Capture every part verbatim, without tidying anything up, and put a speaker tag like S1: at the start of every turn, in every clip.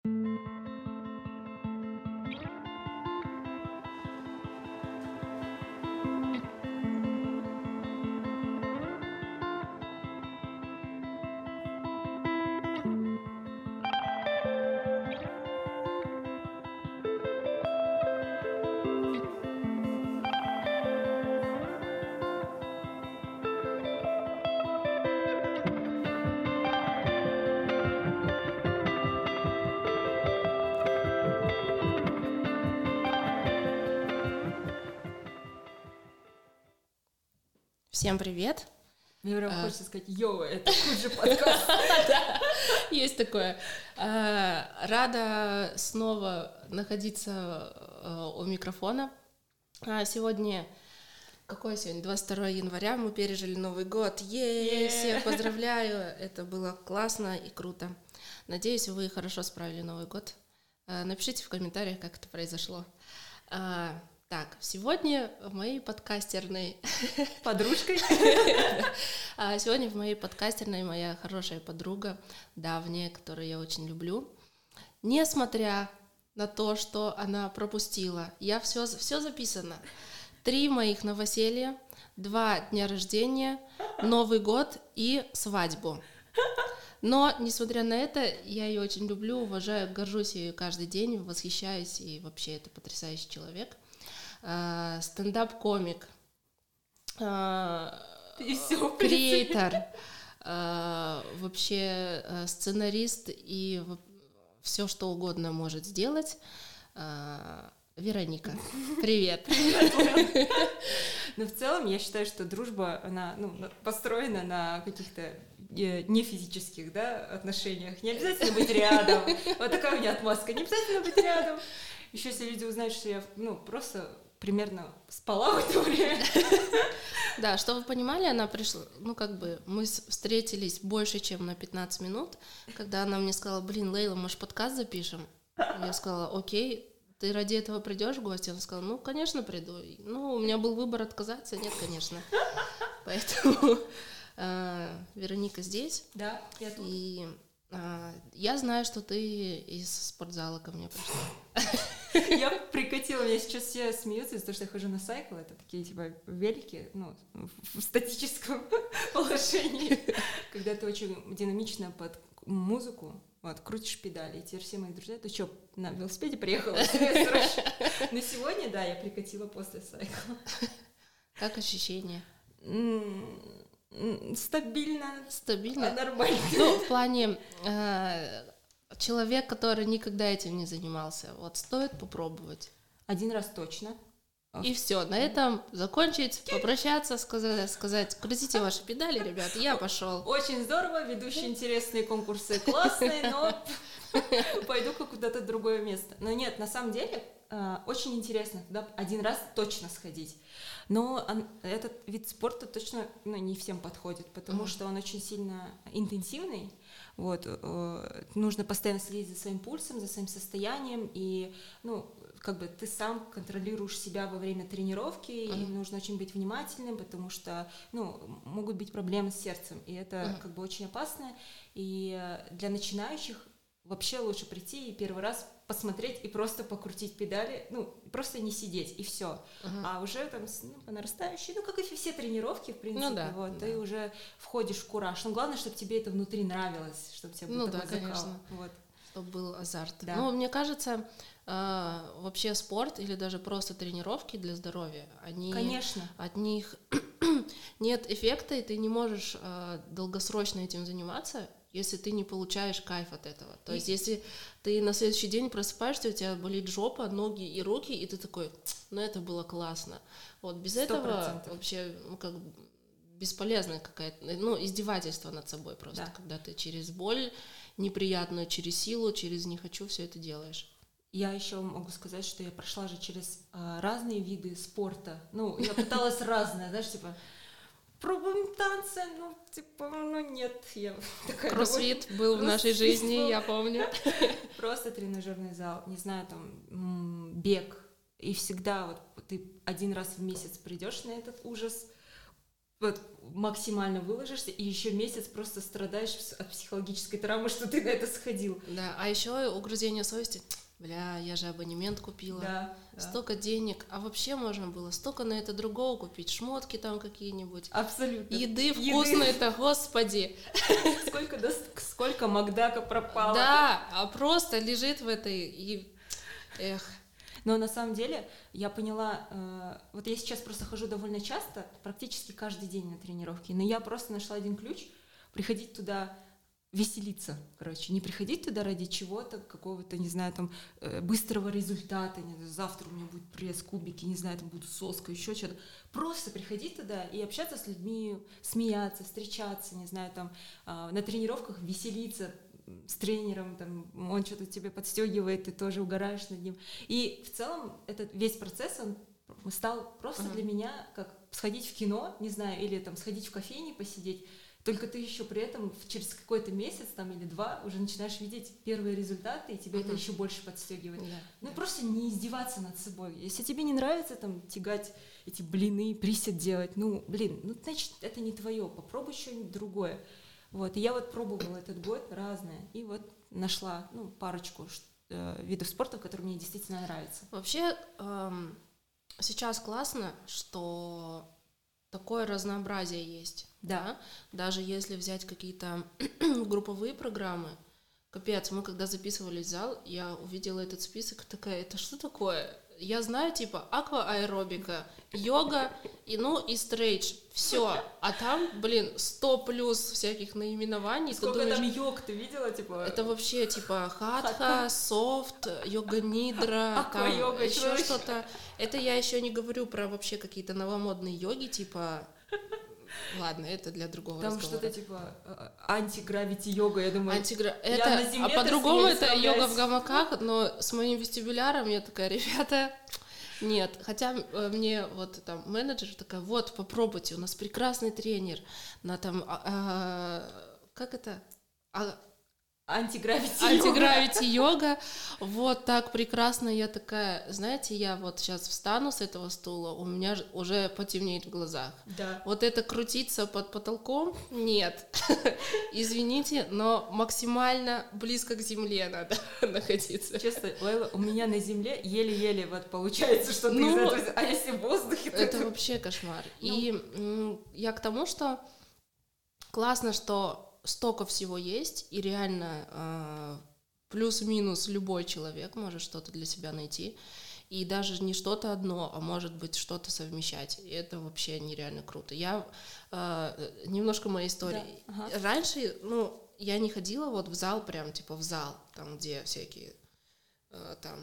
S1: Всем привет!
S2: Мне прям а... хочется сказать, йоу, это Куджи подкаст.
S1: Да, есть такое. Рада снова находиться у микрофона. Сегодня, какое сегодня? двадцать второе января, мы пережили Новый год. Е-е-е, всех поздравляю! Это было классно и круто. Надеюсь, вы хорошо справили Новый год. Напишите в комментариях, как это произошло. Так, сегодня в моей подкастерной...
S2: Подружкой?
S1: Сегодня в моей подкастерной моя хорошая подруга, давняя, которую я очень люблю. Несмотря на то, что она пропустила, я все, все записано. Три моих новоселья, два дня рождения, Новый год и свадьбу. Но, несмотря на это, я ее очень люблю, уважаю, горжусь ею каждый день, восхищаюсь, и вообще это потрясающий человек. Uh, стендап-комик, uh, креатор, uh, вообще uh, сценарист и все, что угодно может сделать. Uh, Вероника, привет.
S2: Но в целом я считаю, что дружба, она ну, построена на каких-то не физических, да, отношениях. Не обязательно быть рядом. Вот такая у меня отмазка. Не обязательно быть рядом. Еще если люди узнают, что я ну, просто примерно спала в это время.
S1: Да, чтобы вы понимали, она пришла, ну как бы мы встретились больше, чем на пятнадцать минут, когда она мне сказала, блин, Лейла, может подкаст запишем? Я сказала, окей, ты ради этого придешь в гости? Она сказала, ну, конечно, приду. Ну, у меня был выбор отказаться, нет, конечно. Поэтому э, Вероника здесь.
S2: Да, я тут.
S1: И э, я знаю, что ты из спортзала ко мне пришла.
S2: Я прикатила, меня сейчас все смеются из-за того, что я хожу на сайкл, это такие типа велики, ну, в статическом положении, когда ты очень динамично под музыку, вот, крутишь педали, и теперь все мои друзья, ты что, на велосипеде приехала? Но сегодня, да, я прикатила после сайкла.
S1: Как ощущения?
S2: Стабильно.
S1: Стабильно?
S2: Нормально.
S1: Ну, в плане... Человек, который никогда этим не занимался, вот стоит попробовать.
S2: Один раз точно.
S1: И все, на этом закончить, попрощаться, сказать, сказать, крутите ваши педали, ребят, я пошел.
S2: Очень здорово, ведущие интересные конкурсы, классные, но пойду куда-то в другое место. Но нет, на самом деле очень интересно туда один раз точно сходить. Но этот вид спорта точно ну, не всем подходит, потому mm-hmm. что он очень сильно интенсивный. Вот, э, нужно постоянно следить за своим пульсом, за своим состоянием, и ну, как бы ты сам контролируешь себя во время тренировки, mm-hmm. и нужно очень быть внимательным, потому что ну, могут быть проблемы с сердцем, и это mm-hmm. как бы очень опасно. И для начинающих вообще лучше прийти и первый раз посмотреть и просто покрутить педали, ну, просто не сидеть, и все. Uh-huh. А уже там ну, по нарастающей, ну, как и все тренировки, в принципе, ну, да, вот, да. Ты уже входишь в кураж. Но главное, чтобы тебе это внутри нравилось, чтобы тебе был
S1: ну,
S2: такой
S1: да,
S2: закал.
S1: конечно.
S2: Вот.
S1: Чтобы был азарт.
S2: Да.
S1: Ну, мне кажется, э, вообще спорт или даже просто тренировки для здоровья, они...
S2: Конечно.
S1: От них нет эффекта, и ты не можешь э, долгосрочно этим заниматься, если ты не получаешь кайф от этого. То и... есть, если ты на следующий день просыпаешься, у тебя болит жопа, ноги и руки, и ты такой, ну это было классно. Вот без сто процентов. Этого вообще, ну как бесполезно какая-то, ну издевательство над собой просто, да. Когда ты через боль неприятную, через силу, через не хочу все это делаешь.
S2: Я еще могу сказать, что я прошла же через а, разные виды спорта. Ну, я пыталась разное, знаешь, типа... Пробуем танцы, ну, типа, ну, нет, я такая...
S1: Кроссфит был в нашей жизни, я помню.
S2: Просто тренажерный зал, не знаю, там, бег. И всегда вот ты один раз в месяц придешь на этот ужас, вот максимально выложишься, и еще месяц просто страдаешь от психологической травмы, что ты на это сходил.
S1: Да, а еще угрызение совести. Бля, я же абонемент купила,
S2: да,
S1: столько
S2: да.
S1: денег, а вообще можно было столько на это другого купить, шмотки там какие-нибудь.
S2: Абсолютно.
S1: Еды вкусной-то, господи.
S2: Сколько, да, сколько Макдака пропало.
S1: Да, а просто лежит в этой и... Эх.
S2: Но на самом деле я поняла, э, вот я сейчас просто хожу довольно часто, практически каждый день на тренировки, но я просто нашла один ключ, приходить туда, веселиться, короче, не приходить туда ради чего-то, какого-то, не знаю, там, э, быстрого результата, не знаю, завтра у меня будет пресс, кубики, не знаю, там будет соска, еще что-то, просто приходить туда и общаться с людьми, смеяться, встречаться, не знаю, там, э, на тренировках веселиться, с тренером, там, он что-то тебе подстегивает, ты тоже угораешь над ним. И в целом этот весь процесс, он стал просто uh-huh. для меня как сходить в кино, не знаю, или там сходить в кофейне посидеть, только ты еще при этом через какой-то месяц там, или два уже начинаешь видеть первые результаты, и тебя uh-huh. это еще больше подстегивает. Yeah. Ну yeah. просто не издеваться над собой. Если тебе не нравится там тягать эти блины, присед делать, ну, блин, ну, значит, это не твое, попробуй что-нибудь другое. Вот, и я вот пробовала этот год разное, и вот нашла, ну, парочку э, видов спорта, которые мне действительно нравятся.
S1: Вообще, эм, сейчас классно, что такое разнообразие есть, да, даже если взять какие-то групповые программы, капец, мы когда записывались в зал, я увидела этот список, такая, это что такое? Я знаю, типа, аквааэробика, йога, и, ну, и стрейдж, все. А там, блин, сто плюс всяких наименований.
S2: Сколько думаешь, там йог ты видела, типа?
S1: Это вообще, типа, хатха, софт, йога-нидра, там еще что-то. Это я еще не говорю про вообще какие-то новомодные йоги, типа... Ладно, это для другого
S2: там
S1: разговора.
S2: Там что-то типа антигравити-йога, я думаю.
S1: Антигра... Это... А по-другому это йога в гамаках, но с моим вестибуляром я такая, ребята, нет. Хотя э, мне вот там менеджер такая, вот, попробуйте, у нас прекрасный тренер на там, а, а, как это? А,
S2: Антигравити-йога.
S1: Антигравити-йога. Вот так прекрасно. Я такая, знаете, я вот сейчас встану с этого стула, у меня уже потемнеет в глазах.
S2: Да.
S1: Вот это крутиться под потолком? Нет. Извините, но максимально близко к земле надо находиться.
S2: Честно, Лейла, у меня на земле еле-еле вот получается что-то ну, из этого. А если в воздухе?
S1: Это то... вообще кошмар. Ну. И я к тому, что классно, что столько всего есть, и реально э, плюс-минус любой человек может что-то для себя найти, и даже не что-то одно, а может быть что-то совмещать, и это вообще нереально круто. Я э, немножко моей истории. Да. Ага. Раньше, ну, я не ходила вот в зал, прям типа в зал, там, где всякие э, там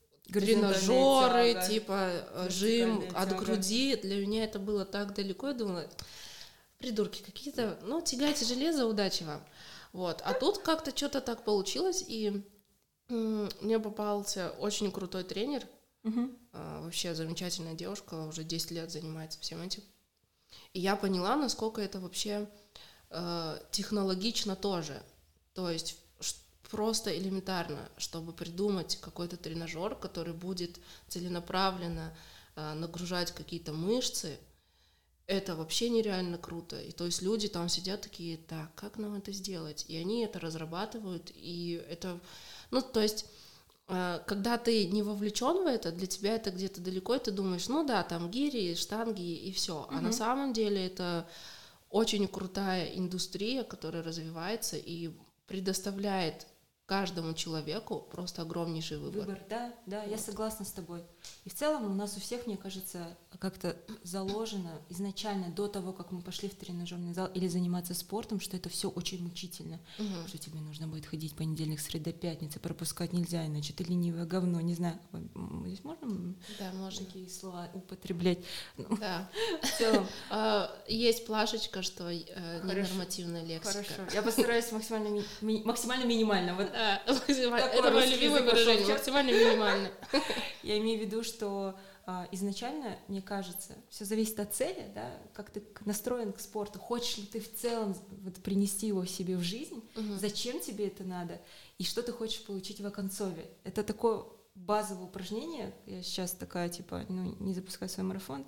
S1: тренажеры, тяга, типа жим от тяга. Груди. Для меня это было так далеко, я думала... Придурки какие-то, ну, тягайте железо, удачи вам. Вот. А тут как-то что-то так получилось, и м- мне попался очень крутой тренер,
S2: uh-huh.
S1: а, вообще замечательная девушка, уже десять лет занимается всем этим. И я поняла, насколько это вообще э, технологично тоже. То есть ш- просто элементарно, чтобы придумать какой-то тренажер, который будет целенаправленно э, нагружать какие-то мышцы, это вообще нереально круто. И то есть люди там сидят такие, так, как нам это сделать? И они это разрабатывают, и это... Ну, то есть, э, когда ты не вовлечен в это, для тебя это где-то далеко, и ты думаешь, ну да, там гири, штанги и все. А mm-hmm. на самом деле это очень крутая индустрия, которая развивается и предоставляет каждому человеку просто огромнейший выбор.
S2: Выбор, да, да, я согласна с тобой. И в целом у нас у всех, мне кажется, как-то заложено изначально до того, как мы пошли в тренажерный зал или заниматься спортом, что это все очень мучительно,
S1: угу.
S2: что тебе нужно будет ходить понедельник, среда, пятница, пропускать нельзя, иначе ты ленивое говно, не знаю. Здесь можно?
S1: Да, можно.
S2: Такие слова употреблять.
S1: Да.
S2: В целом.
S1: Есть плашечка, что ненормативная лексика.
S2: Хорошо. Я постараюсь максимально максимально минимально.
S1: Это мое любимое выражение, максимально минимально.
S2: Я имею в виду, что а, изначально, мне кажется, все зависит от цели, да, как ты настроен к спорту, хочешь ли ты в целом вот, принести его себе в жизнь,
S1: угу.
S2: зачем тебе это надо, и что ты хочешь получить в оконцове. Это такой базовые упражнения. Я сейчас такая, типа, ну, не запускаю свой марафон.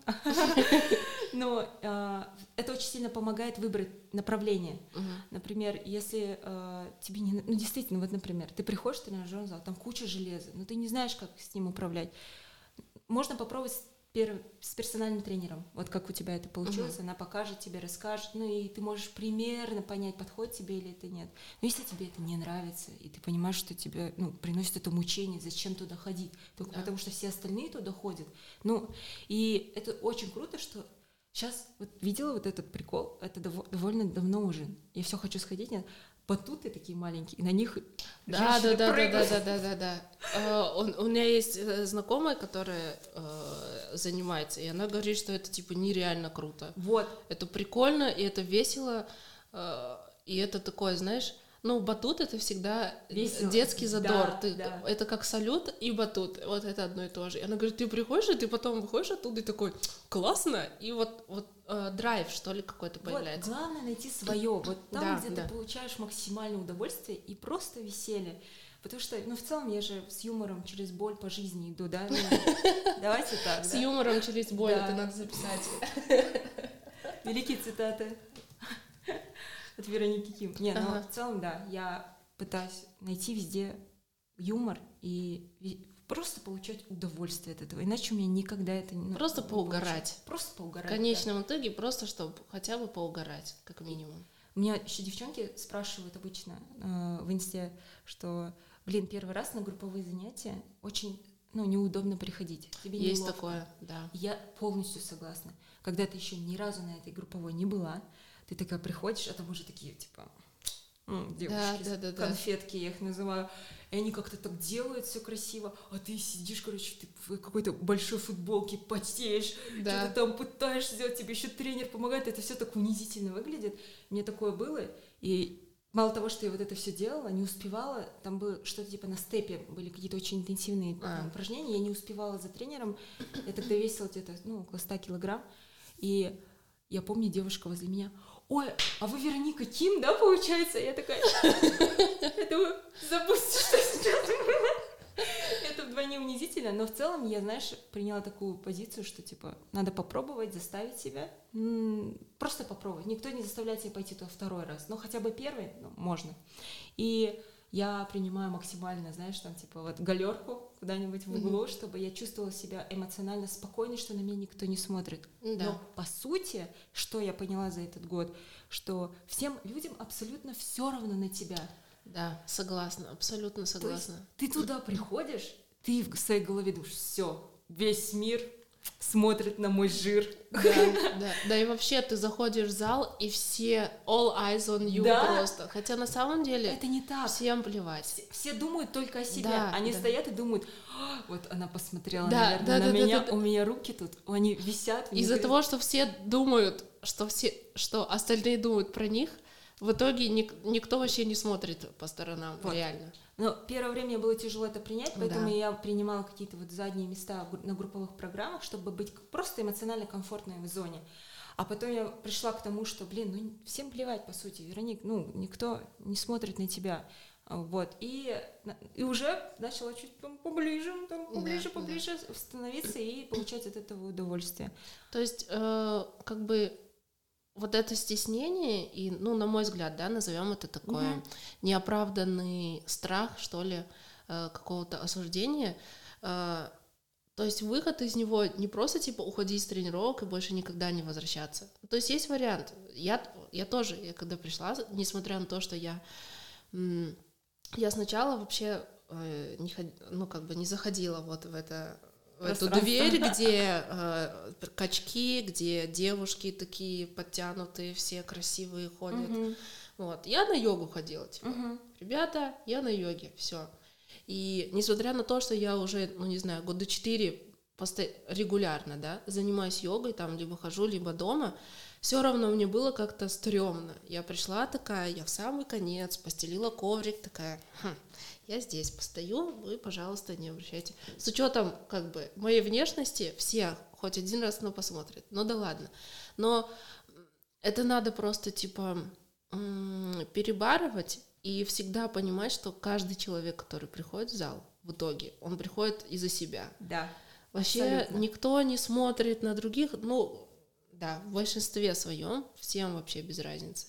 S2: Но э, это очень сильно помогает выбрать направление.
S1: Мгм.
S2: Например, если э, тебе не... Ну, действительно, вот, например, ты приходишь в тренажерный зал, там куча железа, но ты не знаешь, как с ним управлять. Можно попробовать с, пер- с персональным тренером. Вот как у тебя это получилось,
S1: Мгм.
S2: она покажет тебе, расскажет, ну, и ты можешь примерно понять, подходит тебе или это нет. Но если тебе это не нравится, и ты понимаешь, что тебе, ну, приносит это мучение, зачем туда ходить? Только
S1: Да.
S2: потому, что все остальные туда ходят. Ну, и это очень круто, что сейчас вот видела вот этот прикол, это дово- довольно давно уже. Я все хочу сходить, нет? Батуты такие маленькие, и на них
S1: Да, да,
S2: женщины
S1: да, да, да,
S2: прыгают.
S1: да, да, да, да. Э, он- У меня есть э, знакомая, которая э, занимается, и она говорит, что это типа нереально круто.
S2: Вот,
S1: Это прикольно, и это весело, э, и это такое, знаешь, ну, батут — это всегда
S2: Весело.
S1: детский задор.
S2: Да,
S1: Ты-
S2: да.
S1: Это как салют и батут, вот это одно и то же. И она говорит, ты приходишь, и ты потом выходишь оттуда и такой, классно, и вот, вот э, драйв, что ли, какой-то
S2: вот,
S1: появляется.
S2: главное найти свое, вот там,
S1: Да,
S2: где
S1: да.
S2: ты получаешь максимальное удовольствие и просто веселье. Потому что, ну, в целом, я же с юмором через боль по жизни иду, да? Ну, давайте так,
S1: С
S2: да?
S1: юмором через боль,
S2: Да.
S1: это надо записать.
S2: Великие цитаты от Вероники Ким. Не, ну,
S1: Ага.
S2: в целом, да, я пытаюсь найти везде юмор и ви- просто получать удовольствие от этого. Иначе у меня никогда это не... ну,
S1: Просто
S2: не
S1: поугарать.
S2: получится. Просто
S1: В
S2: поугарать.
S1: конечном итоге просто, чтобы хотя бы поугарать, как минимум.
S2: У меня еще девчонки спрашивают обычно э, в инсте, что, блин, первый раз на групповые занятия очень, ну, неудобно приходить. Тебе
S1: Есть
S2: неловко.
S1: такое, да.
S2: Я полностью согласна. Когда ты еще ни разу на этой групповой не была, ты такая приходишь, а там уже такие, типа, м, девушки,
S1: да, да, да.
S2: конфетки, я их называю, и они как-то так делают все красиво, а ты сидишь, короче, ты в какой-то большой футболке потеешь,
S1: Да.
S2: что-то там пытаешься сделать, тебе еще тренер помогает, это все так унизительно выглядит. Мне такое было, и мало того, что я вот это все делала, не успевала, там было что-то типа на степе, были какие-то очень интенсивные
S1: А.
S2: э, упражнения, я не успевала за тренером, я тогда весила где-то, ну, около ста килограмм, и я помню, девушка возле меня, ой, а вы Вероника Ким, да, получается? Я такая, я думаю, забудьте, что сейчас было. Это вдвойне унизительно, но в целом я, знаешь, приняла такую позицию, что, типа, надо попробовать, заставить себя, м, просто попробовать. Никто не заставляет тебя пойти туда второй раз, но хотя бы первый, ну, можно. И я принимаю максимально, знаешь, там, типа, вот галерку куда-нибудь в углу, чтобы я чувствовала себя эмоционально спокойной, что на меня никто не смотрит.
S1: Да.
S2: Но по сути, что я поняла за этот год, что всем людям абсолютно все равно на тебя.
S1: Да, согласна, абсолютно
S2: То есть
S1: согласна.
S2: ты туда приходишь, ты в своей голове думаешь, все, весь мир смотрит на мой жир.
S1: Да, да, да, и вообще ты заходишь в зал, и все all eyes on you
S2: Да.
S1: просто. Хотя на самом деле
S2: Это не так.
S1: всем плевать.
S2: Все, все думают только о себе.
S1: Да,
S2: Они
S1: да.
S2: стоят и думают, «А, вот она посмотрела,
S1: Да,
S2: наверное,
S1: да,
S2: на
S1: да, да,
S2: меня,
S1: да, да.
S2: у меня руки тут, они висят. мне
S1: Из-за
S2: кажется,
S1: того, что все думают, что все, что остальные думают про них, в итоге ник- никто вообще не смотрит по сторонам,
S2: Вот.
S1: реально.
S2: Но первое время мне было тяжело это принять, поэтому
S1: Да.
S2: я принимала какие-то вот задние места гру- на групповых программах, чтобы быть к- просто эмоционально комфортной в зоне. А потом я пришла к тому, что, блин, ну всем плевать, по сути, Вероник, ну никто не смотрит на тебя. А, Вот, и, на- и уже начала чуть там поближе, ну, там, поближе,
S1: Да,
S2: поближе становиться и получать от этого удовольствие.
S1: То есть, э, как бы, вот это стеснение, и, ну, на мой взгляд, да, назовем это такое
S2: Мгм.
S1: неоправданный страх, что ли, э, какого-то осуждения. Э, то есть выход из него не просто, типа, уходить с тренировок и больше никогда не возвращаться. То есть есть вариант. Я, я тоже, я когда пришла, несмотря на то, что я... м, я сначала вообще э, не, ход- ну, как бы не заходила вот в это... в эту
S2: Пространство.
S1: дверь, где э, качки, где девушки такие подтянутые, все красивые ходят.
S2: Мгм.
S1: Вот. Я на йогу ходила, типа,
S2: Мгм.
S1: ребята, я на йоге, все. И несмотря на то, что я уже, ну не знаю, года четыре посто- регулярно, да, занимаюсь йогой, там либо хожу, либо дома, все равно мне было как-то стрёмно. Я пришла такая, я в самый конец, постелила коврик, такая, «Хм, я здесь постою, вы, пожалуйста, не обращайте». С учетом, как бы, моей внешности, все хоть один раз, но посмотрят. Ну да ладно. Но это надо просто, типа, м, перебарывать И всегда понимать, что каждый человек, который приходит в зал, в итоге, он приходит из-за себя.
S2: Да.
S1: Вообще
S2: Абсолютно.
S1: никто не смотрит на других, ну, да, в большинстве своем, всем вообще без разницы.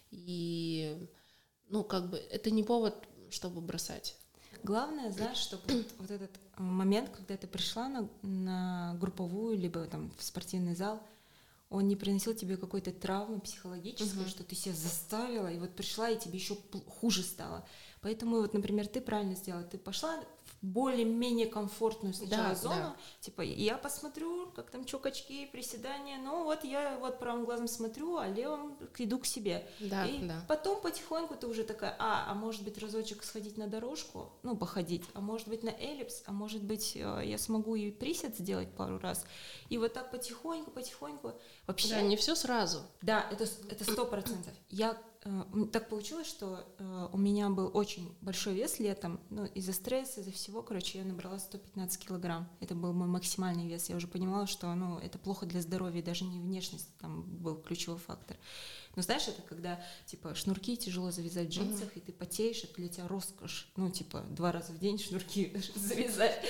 S1: И, ну, как бы, это не повод, чтобы бросать.
S2: Главное, знаешь, чтобы вот, вот этот момент, когда ты пришла на, на групповую, либо там в спортивный зал, он не приносил тебе какой-то травмы психологической, uh-huh. что ты себя заставила, и вот пришла, и тебе еще хуже стало. Поэтому вот, например, ты правильно сделала, ты пошла в более-менее комфортную сначала
S1: да,
S2: зону,
S1: да.
S2: типа я посмотрю, как там что, качки, приседания, ну вот я вот правым глазом смотрю, а левым иду к себе.
S1: Да,
S2: и
S1: да.
S2: потом потихоньку ты уже такая, а, а может быть разочек сходить на дорожку, ну походить, а может быть на эллипс, а может быть я смогу и присед сделать пару раз. И вот так потихоньку, потихоньку. Вообще,
S1: да, не все сразу.
S2: Да, это это сто процентов. Я э, так получилось, что э, у меня был очень большой вес летом, ну из-за стресса, из-за всего, короче, я набрала сто пятнадцать килограмм. Это был мой максимальный вес. Я уже понимала, что, ну, это плохо для здоровья, даже не внешность там был ключевой фактор. Но знаешь, это когда типа шнурки тяжело завязать в джинсах, mm-hmm. и ты потеешь, это для тебя роскошь. Ну типа два раза в день шнурки завязать.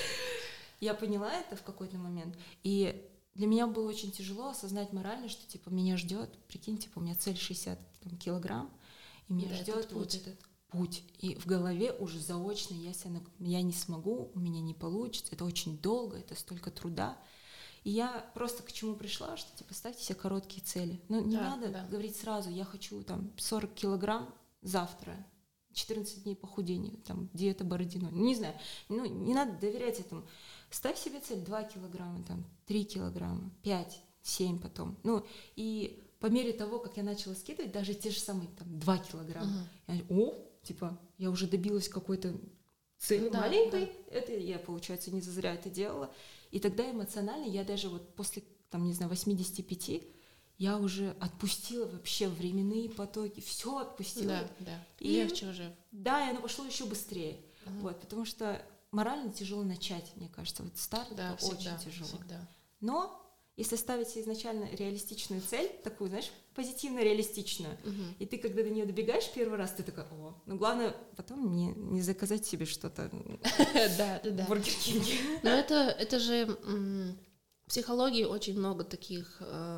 S2: Я поняла это в какой-то момент, и для меня было очень тяжело осознать морально, что типа меня ждет, прикинь, типа у меня цель шестьдесят там, килограмм, и меня да, ждет вот этот путь. И в голове уже заочно я себя, я не смогу, у меня не получится, это очень долго, это столько труда. И я просто к чему пришла, что типа ставьте себе короткие цели. Ну не да, надо да. говорить сразу, я хочу там сорок килограмм завтра, четырнадцать дней похудения, там диета Бородино, не знаю, ну не надо доверять этому. Ставь себе цель два килограмма, там, три килограмма, пять, семь потом. Ну, и по мере того, как я начала скидывать, даже те же самые там два килограмма, uh-huh. я, о, типа, я уже добилась какой-то цели да, маленькой, да. это я, получается, не зазря это делала. И тогда эмоционально я даже вот после, там, не знаю, восемьдесят пять я уже отпустила вообще временные потоки, все отпустила.
S1: Да, да,
S2: и,
S1: легче уже.
S2: Да, и оно пошло еще быстрее. Uh-huh. Вот, потому что морально тяжело начать, мне кажется. Вот старт да, это всегда, очень тяжело.
S1: Всегда.
S2: Но если ставить изначально реалистичную цель, такую, знаешь, позитивно-реалистичную, угу. и ты, когда до нее добегаешь первый раз, ты такая, о, ну главное потом не, не заказать себе что-то в Бургер Кинге.
S1: Но это, это же в психологии очень много таких,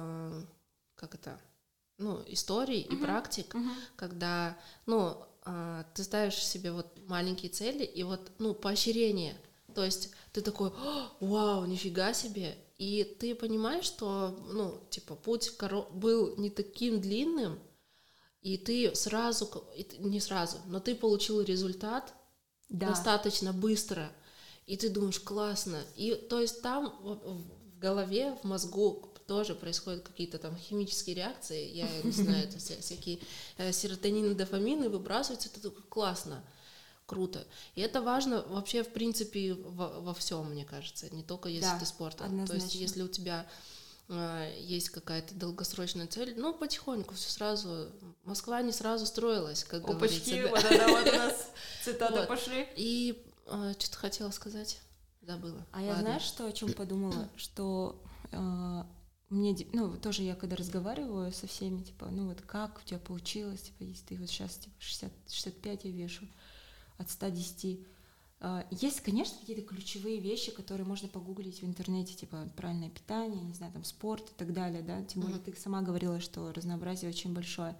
S1: как это, ну, историй и практик, когда, ну, ты ставишь себе вот маленькие цели и вот, ну, поощрение. То есть ты такой, вау, нифига себе. И ты понимаешь, что, ну, типа, путь коро- был не таким длинным, и ты сразу, не сразу, но ты получил результат да. достаточно быстро. И ты думаешь, классно. И то есть там в голове, в мозгу тоже происходят какие-то там химические реакции, я не знаю, это всякие серотонины, дофамины выбрасываются, это только классно, круто. И это важно вообще, в принципе, во, во всем, мне кажется, не только если да, ты спортом. Однозначно. То есть если у тебя э, есть какая-то долгосрочная цель, ну, потихоньку, все сразу. Москва не сразу строилась, как
S2: Опачки,
S1: говорится.
S2: вот это вот у нас цитаты вот. Пошли.
S1: И э, что-то хотела сказать, забыла.
S2: А Ладно. Я знаешь, что о чем подумала? Что... Э, Мне, ну, тоже я когда разговариваю со всеми, типа, ну вот как у тебя получилось, типа, если ты вот сейчас, типа, шестьдесят, шестьдесят пять я вешу от ста десяти. Есть, конечно, какие-то ключевые вещи, которые можно погуглить в интернете, типа, правильное питание, не знаю, там, спорт и так далее, да, тем более mm-hmm. ты сама говорила, что разнообразие очень большое.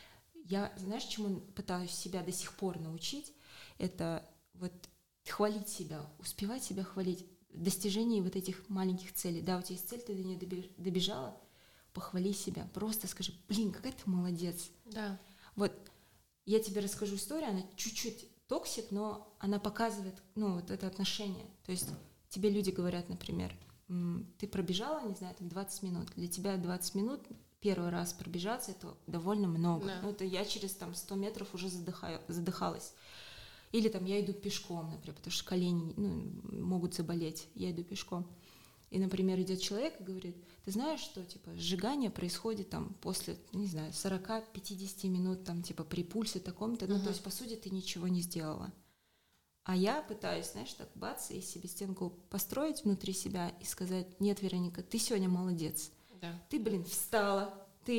S2: Я, знаешь, чему пытаюсь себя до сих пор научить? Это вот хвалить себя, успевать себя хвалить. Достижении вот этих маленьких целей. Да, у тебя есть цель, ты до нее добежала, похвали себя, просто скажи, блин, какая ты молодец.
S1: Да.
S2: Вот я тебе расскажу историю, она чуть-чуть токсик, но она показывает, ну, вот это отношение. То есть тебе люди говорят, например, ты пробежала, не знаю, там двадцать минут. Для тебя двадцать минут первый раз пробежаться, это довольно много. Да. Ну, это я через там сто метров уже задыхаю, задыхалась. Или там я иду пешком, например, потому что колени ну, могут заболеть, я иду пешком. И, например, идет человек и говорит, ты знаешь, что типа сжигание происходит там после, не знаю, сорок-пятьдесят минут там типа при пульсе таком-то, ну uh-huh. то есть по сути ты ничего не сделала. А я пытаюсь, знаешь, так бац, и себе стенку построить внутри себя и сказать, нет, Вероника, ты сегодня молодец.
S1: Да.
S2: Ты, блин, встала, ты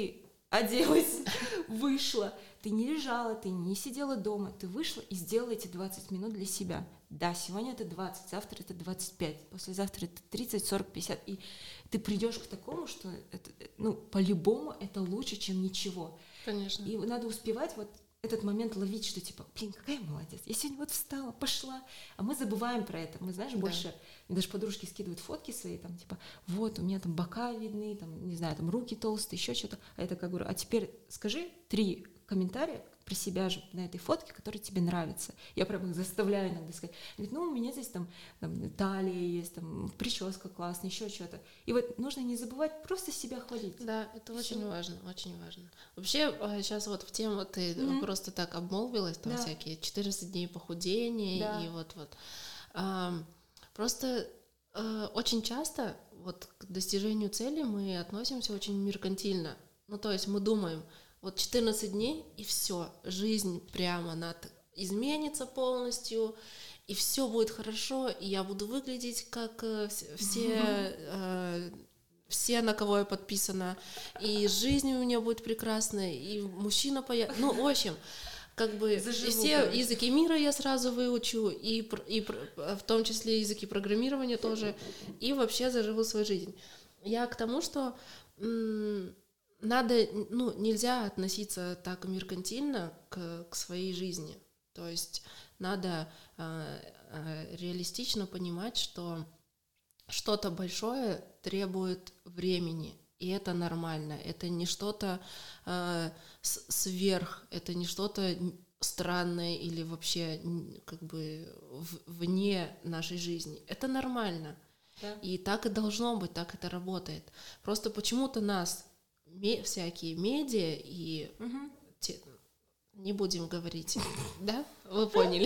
S2: оделась, вышла. Ты не лежала, ты не сидела дома, ты вышла и сделала эти двадцать минут для себя. Да, сегодня это двадцать, завтра это двадцать пять, послезавтра это тридцать, сорок, пятьдесят. И ты придешь к такому, что это, ну, по-любому это лучше, чем ничего.
S1: Конечно.
S2: И надо успевать вот этот момент ловить, что типа, блин, какая я молодец, я сегодня вот встала, пошла, а мы забываем про это, мы, знаешь, больше, да. Мне даже подружки скидывают фотки свои, там, типа, вот, у меня там бока видны, там, не знаю, там, руки толстые, еще что-то, а я такая говорю, а теперь скажи три комментария про себя же на этой фотке, которые тебе нравятся. Я прям их заставляю иногда сказать. Говорит, ну, у меня здесь там, там талия есть, там прическа классная, еще что-то. И вот нужно не забывать просто себя хвалить.
S1: Да, это
S2: Всё.
S1: очень важно, очень важно. Вообще, сейчас вот в тему ты
S2: Mm-hmm.
S1: просто так обмолвилась, там
S2: Да.
S1: всякие четырнадцать дней похудения,
S2: Да.
S1: и вот-вот. А, просто а, очень часто вот к достижению цели мы относимся очень меркантильно. Ну, то есть мы думаем, вот четырнадцать дней, и все, жизнь прямо над... изменится полностью, и все будет хорошо, и я буду выглядеть как э, все, э, все, на кого я подписана, и жизнь у меня будет прекрасная, и мужчина появится. Ну, в общем, как бы
S2: Заживу,
S1: все
S2: короче.
S1: языки мира я сразу выучу, и, пр- и пр- в том числе языки программирования тоже, и вообще заживу свою жизнь. Я к тому, что... м- Надо, ну, нельзя относиться так меркантильно к, к своей жизни. То есть надо э, э, реалистично понимать, что что-то большое требует времени, и это нормально. Это не что-то э, с- сверх, это не что-то странное или вообще как бы в- вне нашей жизни. Это нормально.
S2: Да.
S1: И так и должно быть, так это работает. Просто почему-то нас ме- всякие медиа и
S2: Мгм.
S1: те- не будем говорить, да, вы поняли,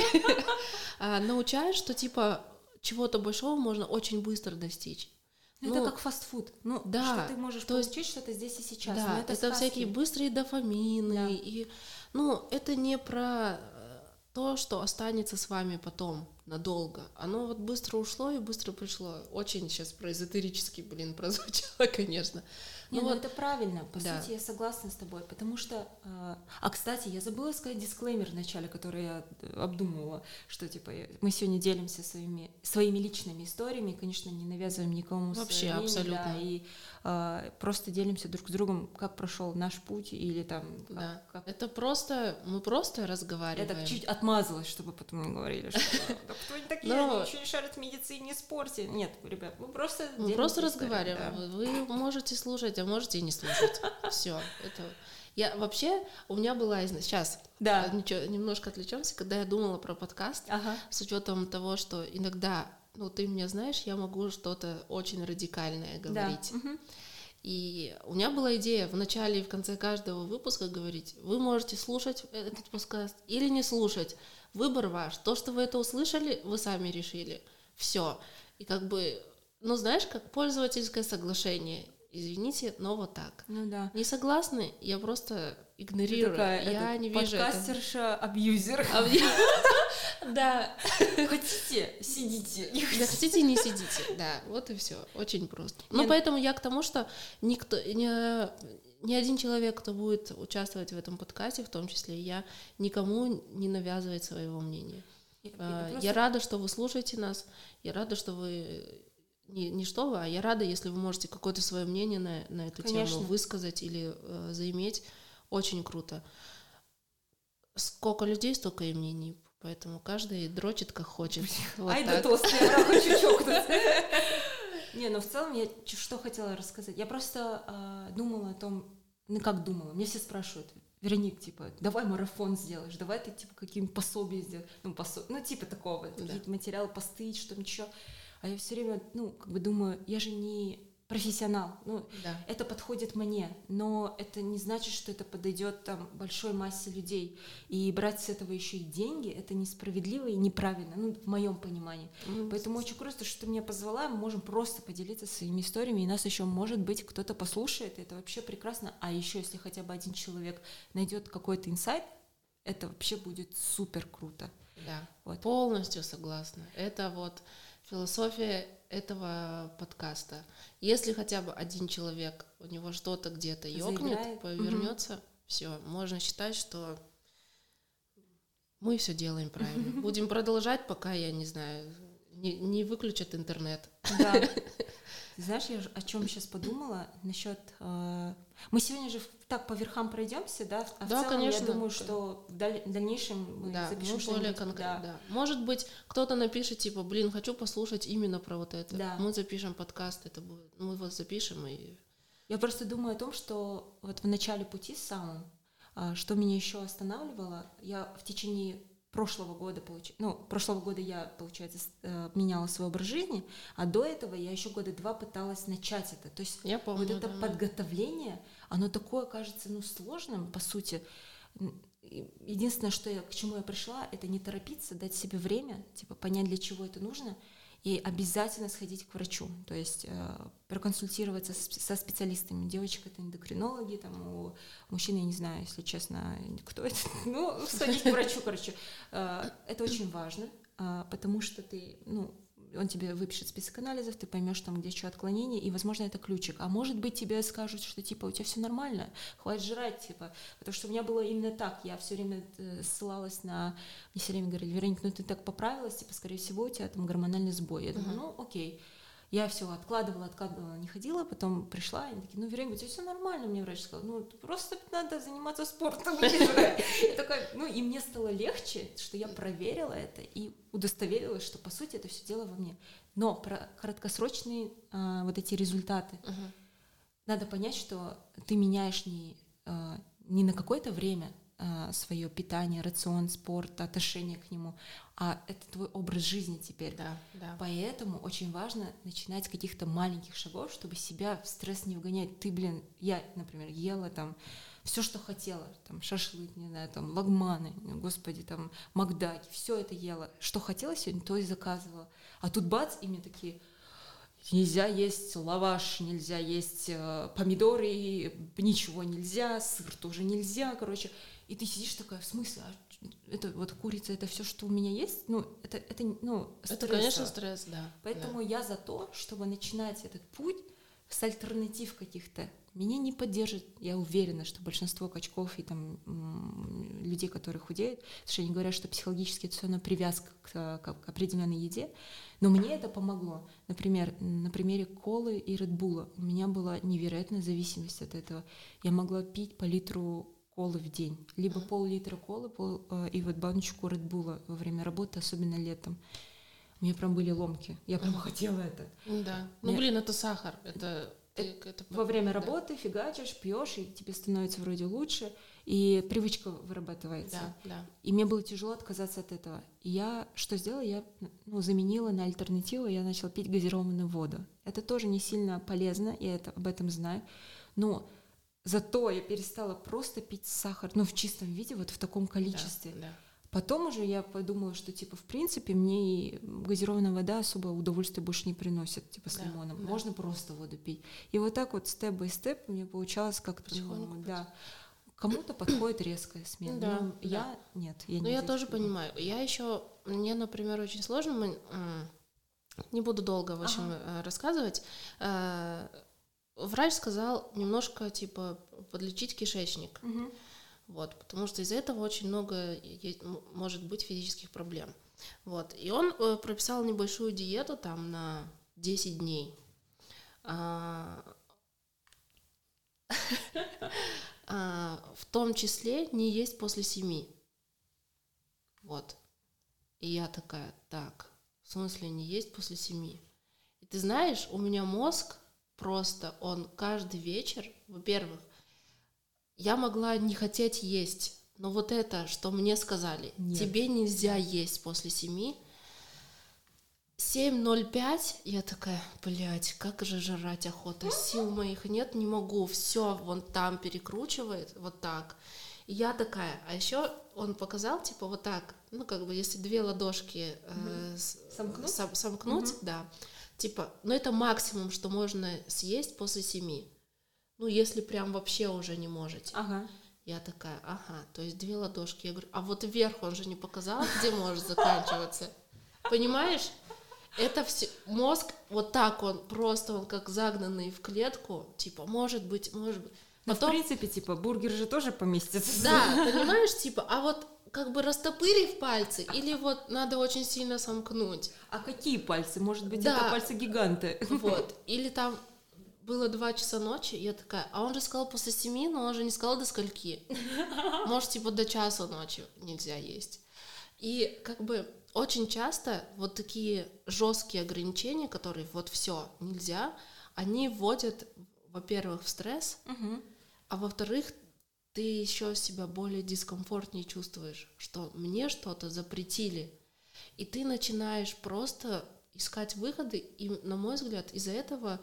S1: А, научают, что типа чего-то большого можно очень быстро достичь.
S2: Ну,
S1: Ну,
S2: это как фастфуд. Ну,
S1: да,
S2: что ты можешь
S1: то есть-
S2: получить что-то здесь и сейчас.
S1: Да,
S2: но
S1: это,
S2: это,
S1: всякие
S2: сказки.
S1: быстрые дофамины.
S2: Да.
S1: И, ну, это не про э, то, что останется с вами потом надолго. Оно вот быстро ушло и быстро пришло. Очень сейчас про эзотерически, блин, прозвучало, конечно.
S2: Не,
S1: Ну
S2: ну
S1: вот,
S2: это правильно, по
S1: да.
S2: сути, я согласна с тобой, потому что... э, А, кстати, я забыла сказать дисклеймер в начале, который я э, обдумывала, что, типа, я- мы сегодня делимся своими, своими личными историями, конечно, не навязываем никому
S1: Вообще,
S2: своё мнение,
S1: абсолютно.
S2: да, и э, просто делимся друг с другом, как прошел наш путь, или там... как-
S1: да.
S2: как-
S1: Это просто, мы просто
S2: Я
S1: разговариваем.
S2: так чуть отмазалась, чтобы потом не говорили, что «Да кто они такие,
S1: Но-
S2: они ничего не шарят в медицине и спорте». Нет, ребят, мы просто
S1: Мы
S2: делимся
S1: просто
S2: историями,
S1: разговариваем.
S2: да.
S1: Вы можете слушать, а можете и не слушать. Все. Это... Я вообще, у меня была сейчас,
S2: Да.
S1: немножко отвлечемся, когда я думала про подкаст,
S2: Ага.
S1: с учетом того, что иногда, ну, ты меня знаешь, я могу что-то очень радикальное говорить.
S2: Да. Мгм.
S1: И у меня была идея в начале и в конце каждого выпуска говорить, вы можете слушать этот подкаст или не слушать. Выбор ваш. То, что вы это услышали, вы сами решили. Все. И как бы, ну, знаешь, как пользовательское соглашение. Извините, но вот так.
S2: Ну да.
S1: Не согласны? Я просто
S2: Ты
S1: игнорирую.
S2: такая,
S1: Я
S2: это,
S1: не вижу этого.
S2: подкастерша, абьюзер.
S1: А мне- Да.
S2: Хотите, сидите.
S1: Да хотите, не сидите. Да, вот и все. Очень просто. Ну,
S2: Не,
S1: поэтому я к тому, что никто, ни, ни один человек, кто будет участвовать в этом подкасте, в том числе и я, никому не навязывает своего мнения. А,
S2: просто-
S1: Я рада, что вы слушаете нас. Я рада, что вы... Не, не что вы, а я рада, если вы можете какое-то свое мнение на, на эту
S2: Конечно.
S1: тему высказать или э, заиметь. Очень круто. Сколько людей, столько и мнений. Поэтому каждый дрочит, как хочет. Вот
S2: Ай да
S1: так.
S2: тост, я хочу чокнуться. Не, ну в целом я ч- что хотела рассказать. Я просто а, думала о том, ну как думала, мне все спрашивают, Вероник, типа, давай марафон сделаешь, давай ты, типа, какие-нибудь пособия сделаешь, ну, посо... ну типа такого,
S1: Да.
S2: какие-то материалы, посты, что-нибудь еще. А я все время, ну, как бы думаю, я же не профессионал, ну,
S1: Да.
S2: это подходит мне, но это не значит, что это подойдет там большой массе людей. И брать с этого еще и деньги, это несправедливо и неправильно, ну, в моем понимании.
S1: Ну,
S2: Поэтому очень круто, что ты меня позвала, мы можем просто поделиться своими историями, и нас еще, может быть, кто-то послушает, и это вообще прекрасно. А еще, если хотя бы один человек найдет какой-то инсайт, это вообще будет супер круто.
S1: Да,
S2: Вот.
S1: полностью согласна. Это вот философия этого подкаста. Если хотя бы один человек, у него что-то где-то ёкнет, повернется, угу. все, можно считать, что мы все делаем правильно. Будем продолжать, пока, я не знаю, не, не выключат интернет.
S2: Да. Знаешь, я о чем сейчас подумала насчет. Э, мы сегодня же так по верхам пройдемся, да? А в
S1: да,
S2: целом,
S1: конечно.
S2: Я думаю, что в даль- дальнейшем мы
S1: да,
S2: запишем
S1: ну, более конкретно.
S2: Да.
S1: Да. Может быть, кто-то напишет, типа, блин, хочу послушать именно про вот это.
S2: Да.
S1: Мы запишем подкаст, это будет. Мы его запишем и.
S2: Я просто думаю о том, что вот в начале пути самом, что меня еще останавливало, я в течение прошлого года, получ... ну, прошлого года я, получается, меняла свой образ жизни, а до этого я еще года два пыталась начать это. То есть
S1: я помню,
S2: вот это
S1: да,
S2: подготовление, оно такое кажется, ну, сложным, по сути. Единственное, что я, к чему я пришла, это не торопиться, дать себе время, типа понять, для чего это нужно, и обязательно сходить к врачу, то есть э, проконсультироваться с, со специалистами. Девочек — это эндокринологи, там, у мужчин, я не знаю, если честно, кто это, ну, сходить к врачу, короче. Э, это очень важно, э, потому что ты, ну, он тебе выпишет список анализов, ты поймешь там, где что отклонение, и, возможно, это ключик. А может быть, тебе скажут, что, типа, у тебя все нормально, хватит жрать, типа, потому что у меня было именно так, я все время ссылалась на, мне все время говорили, Вероника, ну ты так поправилась, типа, скорее всего, у тебя там гормональный сбой. Я думаю, uh-huh. ну, окей. Я все откладывала, откладывала, не ходила, потом пришла, и они такие, ну, Вероника, у тебя все нормально, мне врач сказал, ну, просто надо заниматься спортом. Я такая, ну, и мне стало легче, что я проверила это и удостоверилась, что, по сути, это все дело во мне. Но про краткосрочные а, вот эти результаты uh-huh. надо понять, что ты меняешь не, а, не на какое-то время а, свое питание, рацион, спорт, отношение к нему, а это твой образ жизни теперь.
S1: Да, да.
S2: Поэтому очень важно начинать с каких-то маленьких шагов, чтобы себя в стресс не вгонять. Ты, блин, я, например, ела там все, что хотела, там шашлык, не знаю, там лагманы, господи, там макдаки, все это ела. Что хотела сегодня, то и заказывала. А тут бац, и мне такие: нельзя есть лаваш, нельзя есть э, помидоры, ничего нельзя, сыр тоже нельзя, короче. И ты сидишь такая, в смысле, а это вот курица, это все, что у меня есть? Ну, это, это ну,
S1: стресс. Это, конечно, стресс, да.
S2: Поэтому
S1: да.
S2: я за то, чтобы начинать этот путь с альтернатив каких-то. Меня не поддержит. Я уверена, что большинство качков и там людей, которые худеют, потому что они говорят, что психологически это все равно привязка к, к, к определенной еде. Но мне это помогло. Например, на примере колы и редбула. У меня была невероятная зависимость от этого. Я могла пить по литру колы в день, либо uh-huh. пол-литра колы пол, э, и вот баночку редбула во время работы, особенно летом. У меня прям были ломки. Я прям uh-huh. хотела это.
S1: Да. Ну, Мне... блин, это сахар. Это...
S2: Это, это во время да. работы фигачишь, пьешь, и тебе становится вроде лучше, и привычка вырабатывается.
S1: Да, да.
S2: И мне было тяжело отказаться от этого. И я что сделала? Я ну, заменила на альтернативу, я начала пить газированную воду. Это тоже не сильно полезно, я это, об этом знаю. Но зато я перестала просто пить сахар, ну, в чистом виде, вот в таком количестве.
S1: Да, да.
S2: Потом уже я подумала, что, типа, в принципе, мне и газированная вода особо удовольствия больше не приносит, типа, с да, лимоном. Да. Можно просто воду пить. И вот так вот, степ-бай-степ, мне получалось как-то, ну, да. Кому-то подходит резкая смена.
S1: Да,
S2: ну,
S1: да.
S2: Я, нет, я
S1: не Ну, я тоже люблю. Понимаю. Я еще, мне, например, очень сложно, мы, не буду долго, в общем, ага. рассказывать. Врач сказал немножко, типа, подлечить кишечник.
S2: Угу.
S1: Вот, потому что из-за этого очень много может быть физических проблем. Вот, и он э, прописал небольшую диету там на десять дней. А, а, в том числе не есть после семи. Вот. И я такая, так, в смысле не есть после семи? И ты знаешь, у меня мозг просто, он каждый вечер, во-первых, я могла не хотеть есть, но вот это, что мне сказали, Нет. тебе нельзя есть после семи, семь ноль пять, я такая, блядь, как же жрать охота, сил моих нет, не могу, все вон там перекручивает, вот так. И я такая, а еще он показал, типа, вот так, ну, как бы, если две ладошки э,
S2: сомкнуть,
S1: сом, сомкнуть угу. да, типа, ну, это максимум, что можно съесть после семи. Ну, если прям вообще уже не можете.
S2: Ага.
S1: Я такая, ага, то есть две ладошки. Я говорю, а вот вверх он же не показал, где может заканчиваться. Понимаешь? Это все мозг вот так он просто он как загнанный в клетку, типа может быть, может быть.
S2: Потом... Ну, в принципе, типа бургер же тоже поместится.
S1: Да, понимаешь, типа, а вот как бы растопырив пальцы, или вот надо очень сильно сомкнуть.
S2: А какие пальцы? Может быть,
S1: да.
S2: это пальцы гиганты.
S1: Вот, или там было два часа ночи, я такая, а он же сказал после семи, но он же не сказал до скольки. Может, типа до часа ночи нельзя есть. И как бы очень часто вот такие жесткие ограничения, которые вот все нельзя, они вводят, во-первых, в стресс,
S2: угу.
S1: а во-вторых, ты еще себя более дискомфортнее чувствуешь, что мне что-то запретили, и ты начинаешь просто искать выходы, и, на мой взгляд, из-за этого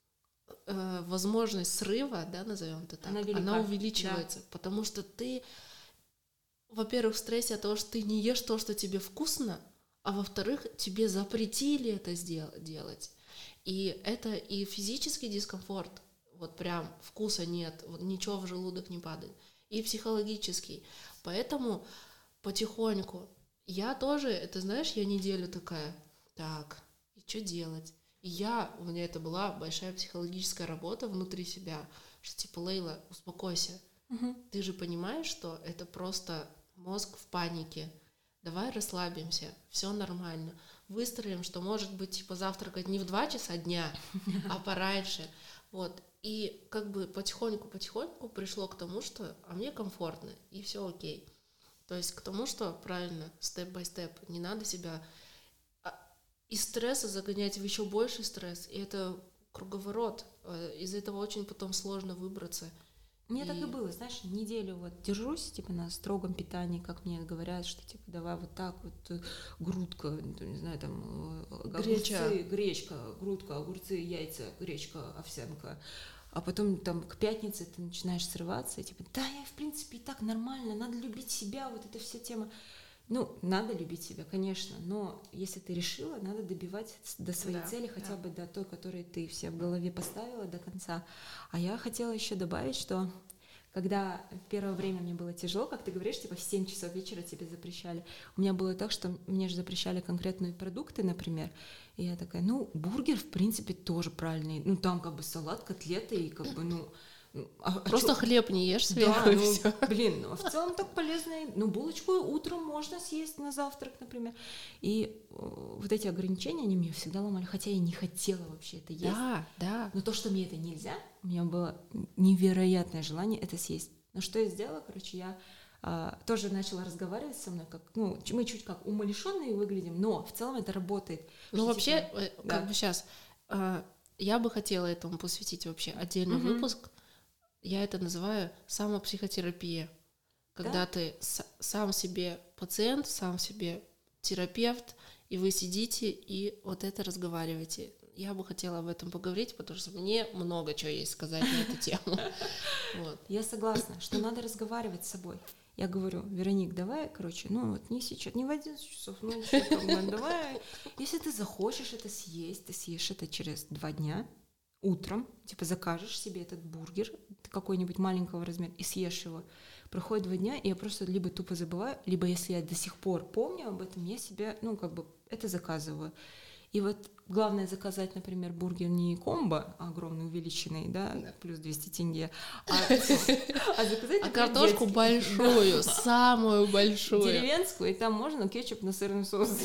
S1: э, возможность срыва, да, назовем это так,
S2: она,
S1: она увеличивается, да. Потому что ты, во-первых, в стрессе от того, что ты не ешь то, что тебе вкусно, а во-вторых, тебе запретили это сдел- делать. И это и физический дискомфорт, вот прям вкуса нет, вот ничего в желудок не падает, и психологический. Поэтому потихоньку я тоже, это знаешь, я неделю такая, так, и что делать? И я, у меня это была большая психологическая работа внутри себя, что типа, Лейла, успокойся,
S2: угу.
S1: ты же понимаешь, что это просто мозг в панике, давай расслабимся, все нормально, выстроим, что может быть типа завтракать не в два часа дня, а пораньше, вот. И как бы потихоньку-потихоньку пришло к тому, что а мне комфортно, и все окей. То есть к тому, что правильно, степ-бай-степ, не надо себя из стресса загонять в еще больший стресс, и это круговорот. Из этого очень потом сложно выбраться.
S2: Мне
S1: и...
S2: так и было, знаешь, неделю вот держусь, типа, на строгом питании, как мне говорят, что, типа, давай вот так вот, грудка, не знаю, там,
S1: Греча.
S2: огурцы, гречка, грудка, огурцы, яйца, гречка, овсянка. А потом там к пятнице ты начинаешь срываться, и типа, да, я, в принципе, и так нормально, надо любить себя, вот эта вся тема. Ну, надо любить себя, конечно, но если ты решила, надо добивать до своей да, цели, хотя да. бы до той, которую ты все в голове поставила до конца. А я хотела еще добавить, что когда в первое время мне было тяжело, как ты говоришь, типа в семь часов вечера тебе запрещали, у меня было так, что мне же запрещали конкретные продукты, например, и я такая, ну, бургер, в принципе, тоже правильный, ну, там как бы салат, котлеты и как бы, ну...
S1: А, Просто а хлеб не ешь сверху,
S2: да,
S1: и
S2: ну,
S1: все.
S2: Блин, ну, а в целом так полезно. Ну, булочку утром можно съесть на завтрак, например. И э, вот эти ограничения, они меня всегда ломали, хотя я не хотела вообще это есть.
S1: Да, да.
S2: Но то, что мне это нельзя, у меня было невероятное желание это съесть. Но что я сделала? Короче, я э, тоже начала разговаривать со мной, как, ну, мы чуть как умалишенные выглядим, но в целом это работает.
S1: Ну, вообще,
S2: типа,
S1: как
S2: да.
S1: бы сейчас, э, я бы хотела этому посвятить вообще отдельный
S2: угу.
S1: выпуск. Я это называю самопсихотерапия. Когда да? ты с- сам себе пациент, сам себе терапевт, и вы сидите и вот это разговариваете. Я бы хотела об этом поговорить, потому что мне много чего есть сказать на эту тему.
S2: Я согласна, что надо разговаривать с собой. Я говорю, Вероник, давай, короче, ну вот не сейчас, не в одиннадцать часов ночи, давай. Если ты захочешь это съесть, ты съешь это через два дня. Утром, типа, закажешь себе этот бургер какой-нибудь маленького размера и съешь его. Проходит два дня, и я просто либо тупо забываю, либо если я до сих пор помню об этом, я себе, ну, как бы, это заказываю. И вот главное заказать, например, бургер не комбо, а огромный увеличенный, да, да. плюс двести тенге, а, а заказать,
S1: а картошку большую, самую большую.
S2: Деревенскую, и там можно кетчуп на сырном соусе.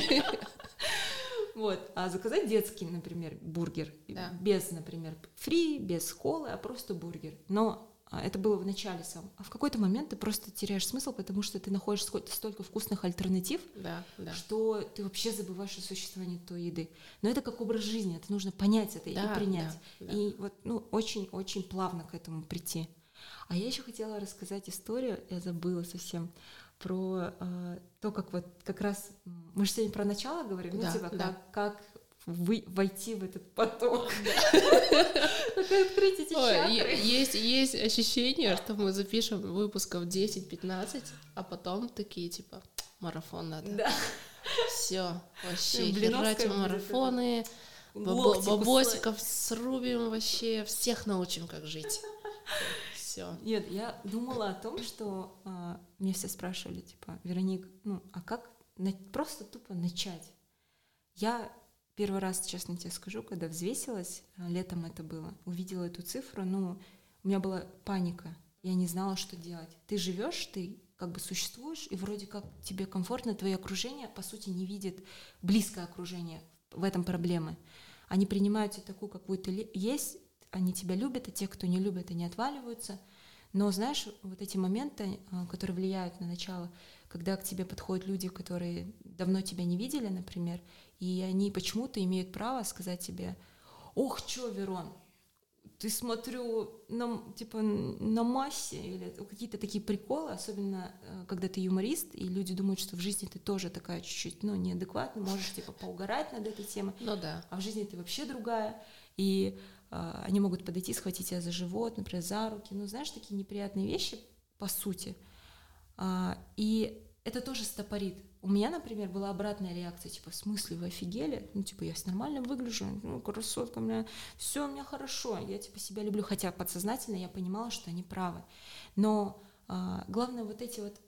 S2: Вот, а заказать детский, например, бургер, да. без, например, фри, без колы, а просто бургер. Но это было в начале сам. А в какой-то момент ты просто теряешь смысл, потому что ты находишь столько вкусных альтернатив,
S1: да, да.
S2: что ты вообще забываешь о существовании той еды. Но это как образ жизни, это нужно понять это да, и принять. Да, да. И вот, ну, очень-очень плавно к этому прийти. А я еще хотела рассказать историю, я забыла совсем, про э, то, как вот как раз мы же сегодня про начало говорим, да, ну типа да. как, как вы, войти в этот поток, как открыть эти чакры.
S1: Есть, есть ощущение, что мы запишем выпусков десять-пятнадцать, а потом такие типа марафон надо.
S2: Да.
S1: Все, вообще херать марафоны, бабосиков срубим вообще, всех научим, как жить. Все.
S2: Нет, я думала о том, что а, мне все спрашивали, типа, Вероник, ну, а как на- просто тупо начать? Я первый раз, честно тебе скажу, когда взвесилась, летом это было, увидела эту цифру, ну, у меня была паника. Я не знала, что делать. Ты живешь, ты как бы существуешь, и вроде как тебе комфортно, твое окружение, по сути, не видит близкое окружение. В этом проблемы. Они принимают тебя такую, какую ты есть, они тебя любят, а те, кто не любит, они отваливаются. Но знаешь, вот эти моменты, которые влияют на начало, когда к тебе подходят люди, которые давно тебя не видели, например, и они почему-то имеют право сказать тебе: «Ох, чё, Верон, ты, смотрю, на, типа, на массе», или какие-то такие приколы, особенно когда ты юморист, и люди думают, что в жизни ты тоже такая чуть-чуть, ну, неадекватная, можешь, типа, поугарать над этой темой,
S1: ну, да.
S2: А в жизни ты вообще другая, и э, они могут подойти, схватить тебя за живот, например, за руки, ну, знаешь, такие неприятные вещи, по сути, а, и это тоже стопорит. У меня, например, была обратная реакция, типа, в смысле, вы офигели? Ну, типа, я нормально выгляжу, ну, красотка, у меня все у меня хорошо, я, типа, себя люблю. Хотя подсознательно я понимала, что они правы. Но а, главное вот эти вот,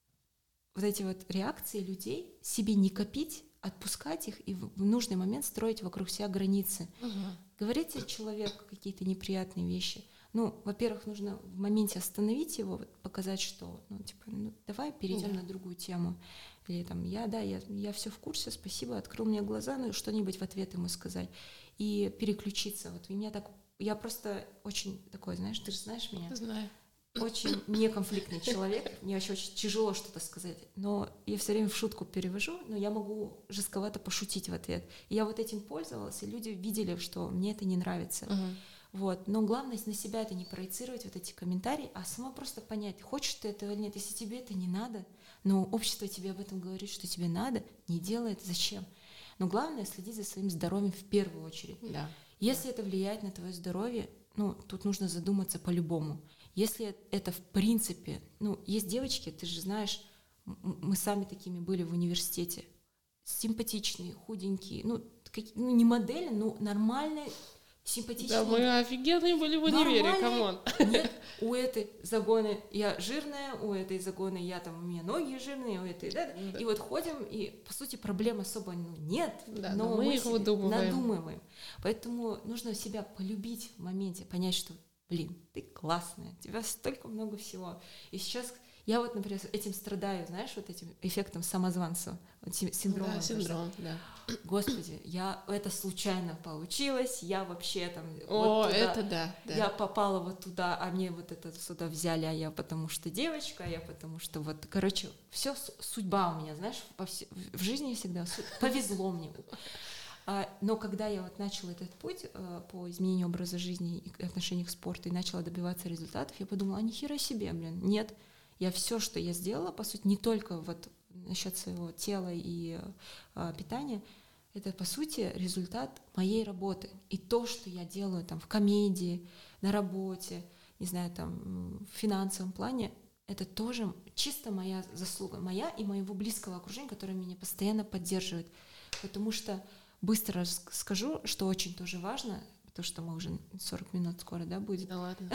S2: вот эти вот реакции людей себе не копить, отпускать их и в нужный момент строить вокруг себя границы.
S1: Угу.
S2: Говорить человеку какие-то неприятные вещи. Ну, во-первых, нужно в моменте остановить его, вот, показать, что, ну, типа, ну, давай перейдем да. на другую тему. Или там, я, да, я, я все в курсе, спасибо, открыл мне глаза, ну, что-нибудь в ответ ему сказать. И переключиться. Вот у меня так, я просто очень такой, знаешь, ты же знаешь меня?
S1: Знаю.
S2: Очень неконфликтный человек, мне вообще очень тяжело что-то сказать, но я все время в шутку перевожу, но я могу жестковато пошутить в ответ. И я вот этим пользовалась, и люди видели, что мне это не нравится.
S1: Uh-huh.
S2: Вот. Но главное на себя это не проецировать, вот эти комментарии, а сама просто понять, хочешь ты этого или нет. Если тебе это не надо, но общество тебе об этом говорит, что тебе надо, не делай это, зачем? Но главное следить за своим здоровьем в первую очередь.
S1: Да.
S2: Если
S1: да.
S2: это влияет на твое здоровье, ну, тут нужно задуматься по-любому. Если это в принципе, ну, есть девочки, ты же знаешь, мы сами такими были в университете, симпатичные, худенькие, ну, какие, ну не модели, но нормальные, симпатичные.
S1: Да, мы офигенные были в универе, камон.
S2: Нет, у этой загоны я жирная, у этой загоны я там, у меня ноги жирные, у этой, да, да. И вот ходим, и, по сути, проблем особо ну, нет,
S1: да,
S2: но,
S1: но мы,
S2: мы
S1: их выдумываем.
S2: надумываем. Поэтому нужно себя полюбить в моменте, понять, что блин, ты классная, у тебя столько много всего. И сейчас я вот, например, этим страдаю, знаешь, вот этим эффектом самозванца, вот синдромом.
S1: Да, синдром, да.
S2: Господи, я это случайно получилось, я вообще там...
S1: О,
S2: вот туда,
S1: это да, да.
S2: Я попала вот туда, а мне вот это сюда взяли, а я потому что девочка, а я потому что вот... Короче, все судьба у меня, знаешь, по вс... в жизни всегда повезло мне. Но когда я вот начала этот путь по изменению образа жизни и отношению к спорту и начала добиваться результатов, я подумала, а ни хера себе, блин, нет. Я все, что я сделала, по сути, не только вот насчет своего тела и а, питания, это, по сути, результат моей работы. И то, что я делаю там в комедии, на работе, не знаю, там в финансовом плане, это тоже чисто моя заслуга, моя и моего близкого окружения, которое меня постоянно поддерживает. Потому что быстро скажу, что очень тоже важно, потому что мы уже сорок минут скоро, да, будет?
S1: Да ладно.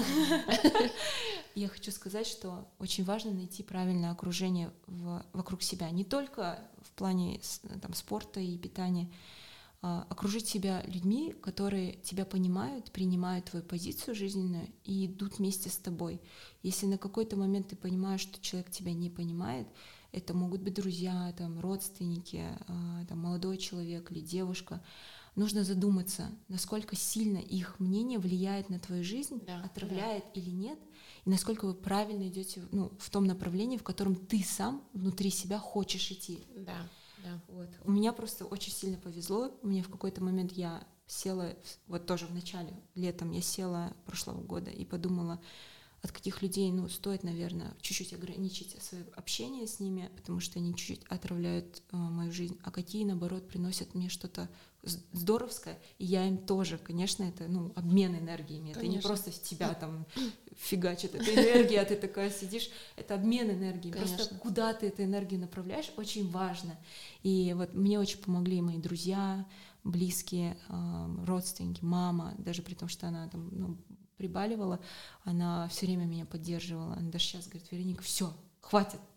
S2: Я хочу сказать, что очень важно найти правильное окружение в, вокруг себя. Не только в плане там, спорта и питания. А окружить себя людьми, которые тебя понимают, принимают твою позицию жизненную и идут вместе с тобой. Если на какой-то момент ты понимаешь, что человек тебя не понимает, это могут быть друзья, там, родственники, там, молодой человек или девушка. Нужно задуматься, насколько сильно их мнение влияет на твою жизнь, да, отравляет да. или нет, и насколько вы правильно идете ну, в том направлении, в котором ты сам внутри себя хочешь идти.
S1: Да, да.
S2: Вот. У меня просто очень сильно повезло. У меня в какой-то момент я села, вот тоже в начале, летом я села прошлого года и подумала, от каких людей, ну, стоит, наверное, чуть-чуть ограничить свое общение с ними, потому что они чуть-чуть отравляют э, мою жизнь, а какие, наоборот, приносят мне что-то здоровское, и я им тоже, конечно, это, ну, обмен энергиями, это не просто с тебя там фигачит эта энергия, а ты такая сидишь, это обмен энергией, конечно. Просто куда ты эту энергию направляешь, очень важно. И вот мне очень помогли мои друзья, близкие, э, родственники, мама, даже при том, что она там, ну, прибаливала, она все время меня поддерживала. Она даже сейчас говорит, Вероника, все, хватит,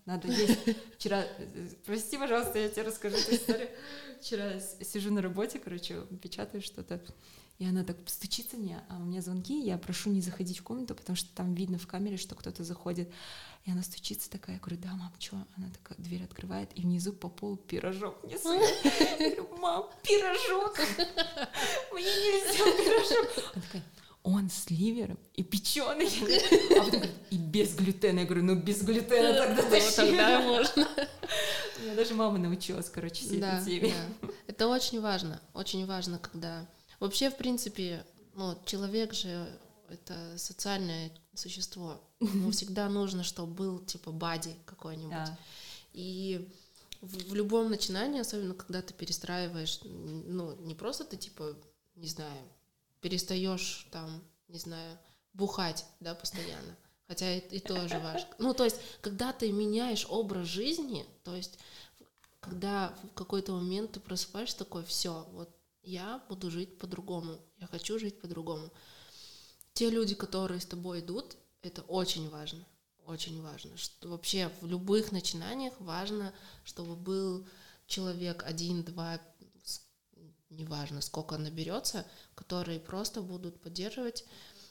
S2: надо есть. Вчера, прости, пожалуйста, я тебе расскажу эту историю. Вчера сижу на работе, короче, печатаю что-то, и она так стучится мне, а у меня звонки, я прошу не заходить в комнату, потому что там видно в камере, что кто-то заходит. И она стучится такая, я говорю, да, мам, что? Она такая дверь открывает, и внизу по полу пирожок несу. Я говорю, мам, пирожок! Мне нельзя пирожок! Она такая, он с ливером и печеный. А потом говорит, и без глютена. Я говорю, ну без глютена тогда тащи.
S1: Тогда можно.
S2: У меня даже мама научилась, короче, всей этой теме.
S1: Это очень важно, очень важно, когда... Вообще, в принципе, ну, человек же это социальное существо. Ему всегда нужно, чтобы был типа бади какой-нибудь. Да. И в, в любом начинании, особенно когда ты перестраиваешь, ну, не просто ты типа, не знаю, перестаешь там, не знаю, бухать, да, постоянно. Хотя и, и тоже важно. Ну, то есть, когда ты меняешь образ жизни, то есть, когда в какой-то момент ты просыпаешься такой, все, вот я буду жить по-другому, я хочу жить по-другому. Те люди, которые с тобой идут, это очень важно, очень важно. Что вообще в любых начинаниях важно, чтобы был человек один, два, неважно, сколько наберется, которые просто будут поддерживать,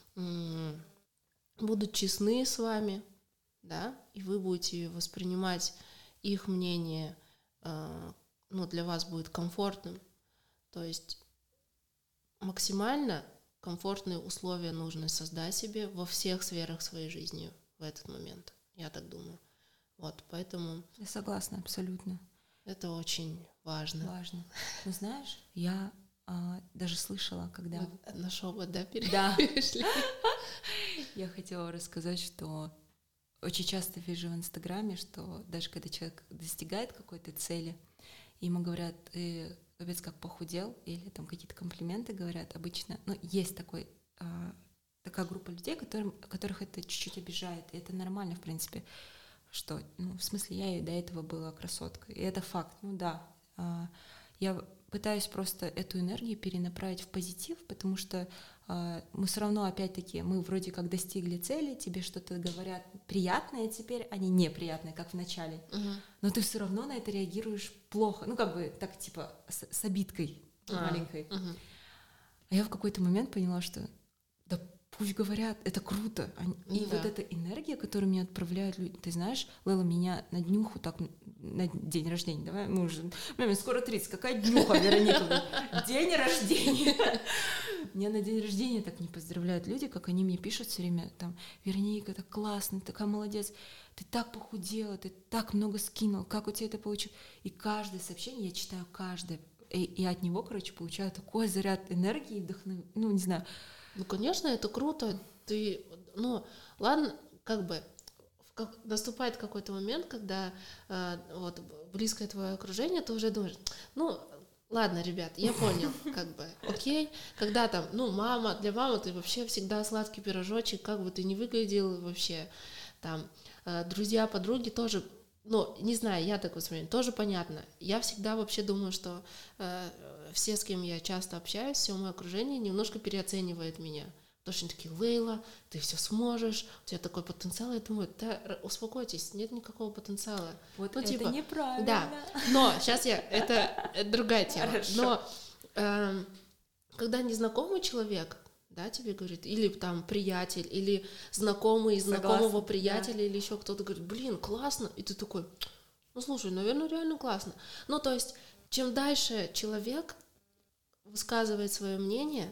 S1: будут честны с вами, да, и вы будете воспринимать их мнение, ну, для вас будет комфортным. То есть максимально комфортные условия нужно создать себе во всех сферах своей жизни в этот момент, я так думаю. Вот, поэтому...
S2: Я согласна, абсолютно.
S1: Это очень важно.
S2: Важно. Ну, знаешь, я а, даже слышала, когда...
S1: Мы на шепот, да,
S2: перешли? Да. Я хотела рассказать, что очень часто вижу в Инстаграме, что даже когда человек достигает какой-то цели, ему говорят... Э, капец, как похудел, или там какие-то комплименты говорят обычно. Но есть такой, э, такая группа людей, которым, которых это чуть-чуть обижает. И это нормально, в принципе, что, ну, в смысле, я и до этого была красоткой. И это факт, ну да. Э, я пытаюсь просто эту энергию перенаправить в позитив, потому что э, мы все равно, опять-таки, мы вроде как достигли цели, тебе что-то говорят приятное теперь, а не неприятное, как в начале. Угу. Но ты все равно на это реагируешь плохо, ну как бы так типа с, с обидкой а, маленькой. Угу. А я в какой-то момент поняла, что да пусть говорят, это круто. И да. Вот эта энергия, которую мне отправляют люди, ты знаешь, Лейла, меня на днюху так, на день рождения, давай, мы уже, мне скоро тридцать, какая днюха, Вероника, день рождения. Меня на день рождения так не поздравляют люди, как они мне пишут все время, там, Вероника, так классно, ты такая молодец, ты так похудела, ты так много скинул, как у тебя это получилось? И каждое сообщение, я читаю каждое, и, и от него, короче, получаю такой заряд энергии, вдохновения, ну, не знаю.
S1: Ну, конечно, это круто. Ты, ну, ладно, как бы как, наступает какой-то момент, когда э, вот близкое твое окружение, ты уже думаешь, ну, ладно, ребят, я понял, как бы, окей. Когда там, ну, мама, для мамы ты вообще всегда сладкий пирожочек, как бы ты ни выглядел вообще, там, э, друзья, подруги тоже, ну, не знаю, я так воспринимаю, тоже понятно. Я всегда вообще думаю, что э, все, с кем я часто общаюсь, все мое окружение немножко переоценивает меня. Потому что они такие, Лейла, ты все сможешь, у тебя такой потенциал. Я думаю, да, успокойтесь, нет никакого потенциала.
S2: Вот
S1: ну,
S2: это
S1: типа,
S2: неправильно.
S1: Да, но сейчас я, это, это другая тема.
S2: Хорошо.
S1: Но э, когда незнакомый человек, да, тебе говорит, или там приятель, или знакомый знакомого Согласна, приятеля, да. Или еще кто-то говорит, блин, классно, и ты такой, ну, слушай, наверное, реально классно. Ну, то есть, чем дальше человек высказывает свое мнение,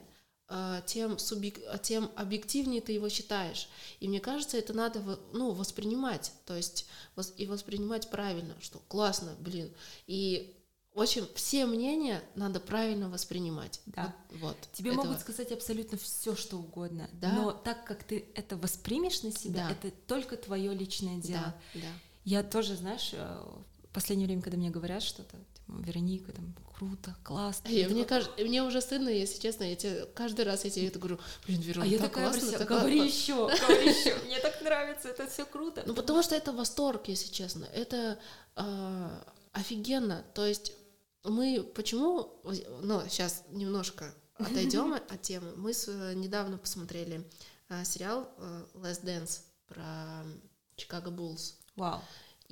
S1: тем, субъек... тем объективнее ты его считаешь. И мне кажется, это надо, ну, воспринимать, то есть и воспринимать правильно, что классно, блин. И в общем, все мнения надо правильно воспринимать.
S2: Да.
S1: Вот, вот.
S2: Тебе
S1: это...
S2: могут сказать абсолютно все, что угодно,
S1: да.
S2: Но так как ты это воспримешь на себя,
S1: да.
S2: Это только твое личное дело.
S1: Да. Да.
S2: Я тоже, знаешь, в последнее время, когда мне говорят что-то, типа, Вероника, там, круто, классно.
S1: Я, мне, такая... кажется, мне уже стыдно, если честно, я тебе, каждый раз я тебе это говорю, блин, Вероника,
S2: а я
S1: так
S2: такая
S1: классно.
S2: Вся,
S1: так
S2: говори
S1: классно.
S2: еще, говори еще, мне так нравится, это все круто.
S1: Ну, потому что это восторг, если честно, это э, офигенно, то есть мы почему, ну, сейчас немножко отойдем от темы, мы с, недавно посмотрели э, сериал э, Last Dance про Chicago Bulls.
S2: Вау.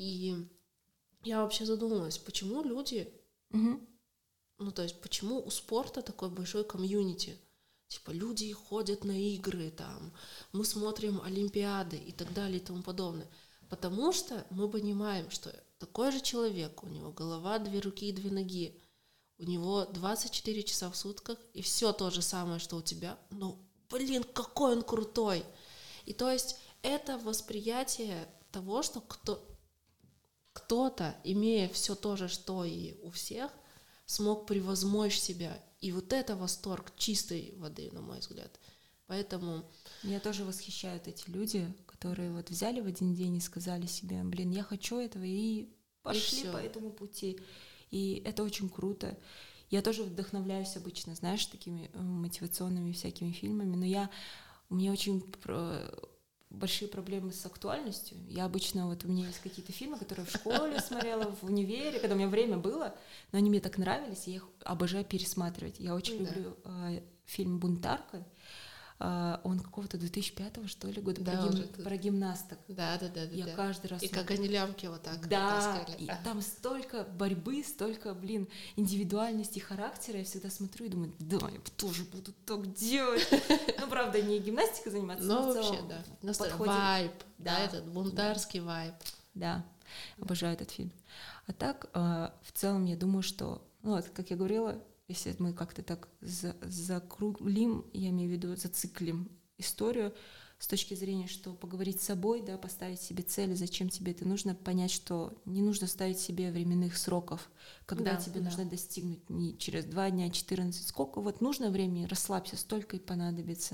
S1: И я вообще задумалась, почему люди,
S2: Угу.
S1: ну то есть почему у спорта такой большой комьюнити? Типа люди ходят на игры, там, мы смотрим олимпиады и так далее и тому подобное. Потому что мы понимаем, что такой же человек, у него голова, две руки и две ноги, у него двадцать четыре часа в сутках, и все то же самое, что у тебя. Ну, блин, какой он крутой! И то есть это восприятие того, что кто, кто-то, имея все то же, что и у всех, смог превозмочь себя. И вот это восторг чистой воды, на мой взгляд. Поэтому...
S2: Меня тоже восхищают эти люди, которые вот взяли в один день и сказали себе, блин, я хочу этого, и пошли
S1: И
S2: по этому пути. И это очень круто. Я тоже вдохновляюсь обычно, знаешь, такими мотивационными всякими фильмами, но я... У меня очень большие проблемы с актуальностью. Я обычно, вот у меня есть какие-то фильмы, которые в школе смотрела, в универе, когда у меня время было, но они мне так нравились, и я их обожаю пересматривать. Я очень да. люблю э, фильм «Бунтарка». Э, он какого-то две тысячи пятого, что ли, года,
S1: да,
S2: про, гим... про гимнасток.
S1: Да, да, да.
S2: Я
S1: да.
S2: каждый раз...
S1: И
S2: смотрю.
S1: как они лямки вот так
S2: Да,
S1: таскали.
S2: И там столько борьбы, столько, блин, индивидуальности характера. Я всегда смотрю и думаю, да, я тоже буду так делать. Ну, правда, не гимнастика заниматься,
S1: но
S2: в
S1: вообще,
S2: целом
S1: да.
S2: подходит...
S1: Вайб, да,
S2: да,
S1: этот бунтарский да. вайб.
S2: Да, обожаю этот фильм. А так, в целом, я думаю, что, ну, вот, как я говорила, если мы как-то так за- закруглим, я имею в виду зациклим историю, с точки зрения, что поговорить с собой, да, поставить себе цели, зачем тебе это нужно, понять, что не нужно ставить себе временных сроков, когда
S1: да,
S2: тебе
S1: да.
S2: нужно достигнуть не через два дня, четырнадцать, сколько вот нужно времени, расслабься, столько и понадобится.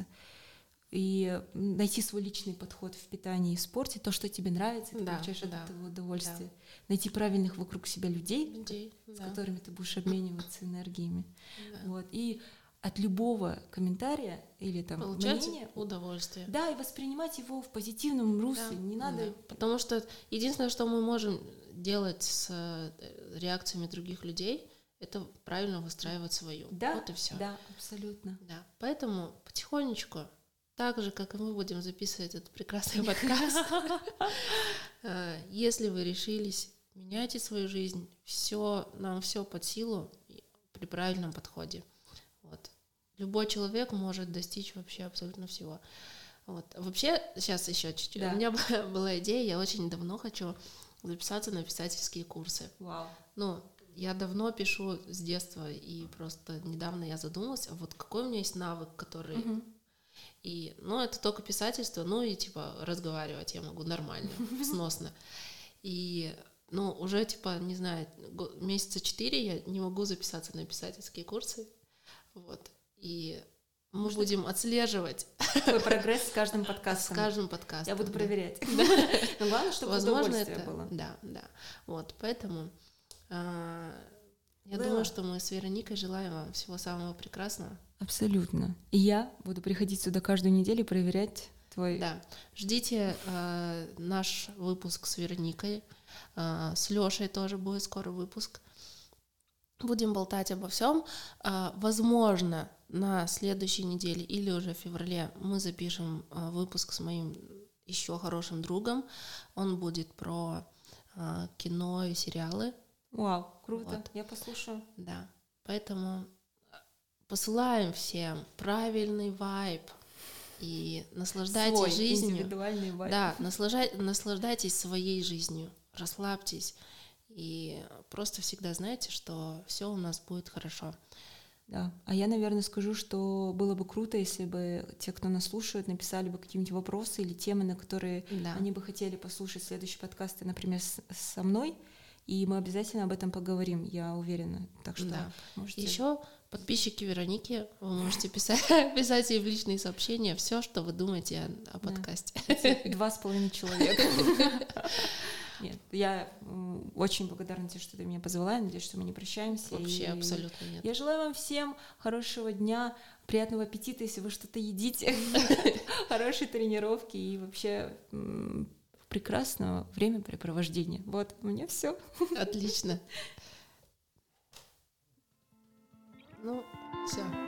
S2: И найти свой личный подход в питании и спорте, то, что тебе нравится, ты
S1: да,
S2: получаешь
S1: да,
S2: от этого удовольствие.
S1: Да.
S2: Найти правильных вокруг себя людей,
S1: людей
S2: с
S1: да.
S2: которыми ты будешь обмениваться энергиями.
S1: Да.
S2: Вот. И от любого комментария или там
S1: получать
S2: мнения
S1: удовольствие.
S2: Да, и воспринимать его в позитивном русле. Да, не надо.
S1: Да. Потому что единственное, что мы можем делать с реакциями других людей, это правильно выстраивать свою.
S2: Да,
S1: вот и все.
S2: Да, абсолютно.
S1: Да. Поэтому потихонечку, так же, как и мы будем записывать этот прекрасный подкаст, если вы решились, меняйте свою жизнь, все, нам все под силу при правильном подходе. Вот. Любой человек может достичь вообще абсолютно всего. Вот. Вообще, сейчас еще чуть-чуть. Да. У меня была идея, я очень давно хочу записаться на писательские курсы.
S2: Вау.
S1: Ну, я давно пишу с детства, и просто недавно я задумалась, а вот какой у меня есть навык, который...
S2: Угу.
S1: И, ну, это только писательство, ну, и, типа, разговаривать я могу нормально, сносно. И... Ну, уже, типа, не знаю, месяца четыре я не могу записаться на писательские курсы. Вот. И мы Может, будем отслеживать
S2: твой прогресс с каждым подкастом.
S1: С каждым подкастом.
S2: Я буду
S1: да.
S2: проверять. Но главное, чтобы
S1: возможно
S2: удовольствие
S1: это
S2: было.
S1: Да, да. Вот, поэтому я думаю, что мы с Вероникой желаем вам всего самого прекрасного.
S2: Абсолютно. И я буду приходить сюда каждую неделю и проверять твой...
S1: Да. Ждите э, наш выпуск с Вероникой. Э, с Лешей тоже будет скоро выпуск. Будем болтать обо всем. Э, возможно, на следующей неделе или уже в феврале мы запишем э, выпуск с моим еще хорошим другом. Он будет про э, кино и сериалы.
S2: Вау, круто.
S1: Вот.
S2: Я послушаю.
S1: Да. Поэтому посылаем всем правильный вайб и наслаждайтесь
S2: Свой
S1: жизнью.
S2: Индивидуальный вайб.
S1: Да, наслаждай, наслаждайтесь своей жизнью, расслабьтесь и просто всегда знайте, что все у нас будет хорошо.
S2: Да. А я, наверное, скажу, что было бы круто, если бы те, кто нас слушает, написали бы какие-нибудь вопросы или темы, на которые
S1: да.
S2: они бы хотели послушать следующие подкасты, например, с, со мной. И мы обязательно об этом поговорим, я уверена. Так что
S1: да.
S2: можете...
S1: Еще подписчики Вероники, вы можете писать, писать ей в личные сообщения все, что вы думаете о, о подкасте.
S2: Да. Два с половиной человека. Нет, я очень благодарна тебе, что ты меня позвала. Я надеюсь, что мы не прощаемся.
S1: Вообще и абсолютно нет.
S2: Я желаю вам всем хорошего дня, приятного аппетита, если вы что-то едите, хорошей тренировки и вообще прекрасного времяпрепровождения. Вот, у меня все.
S1: Отлично. Ну, все.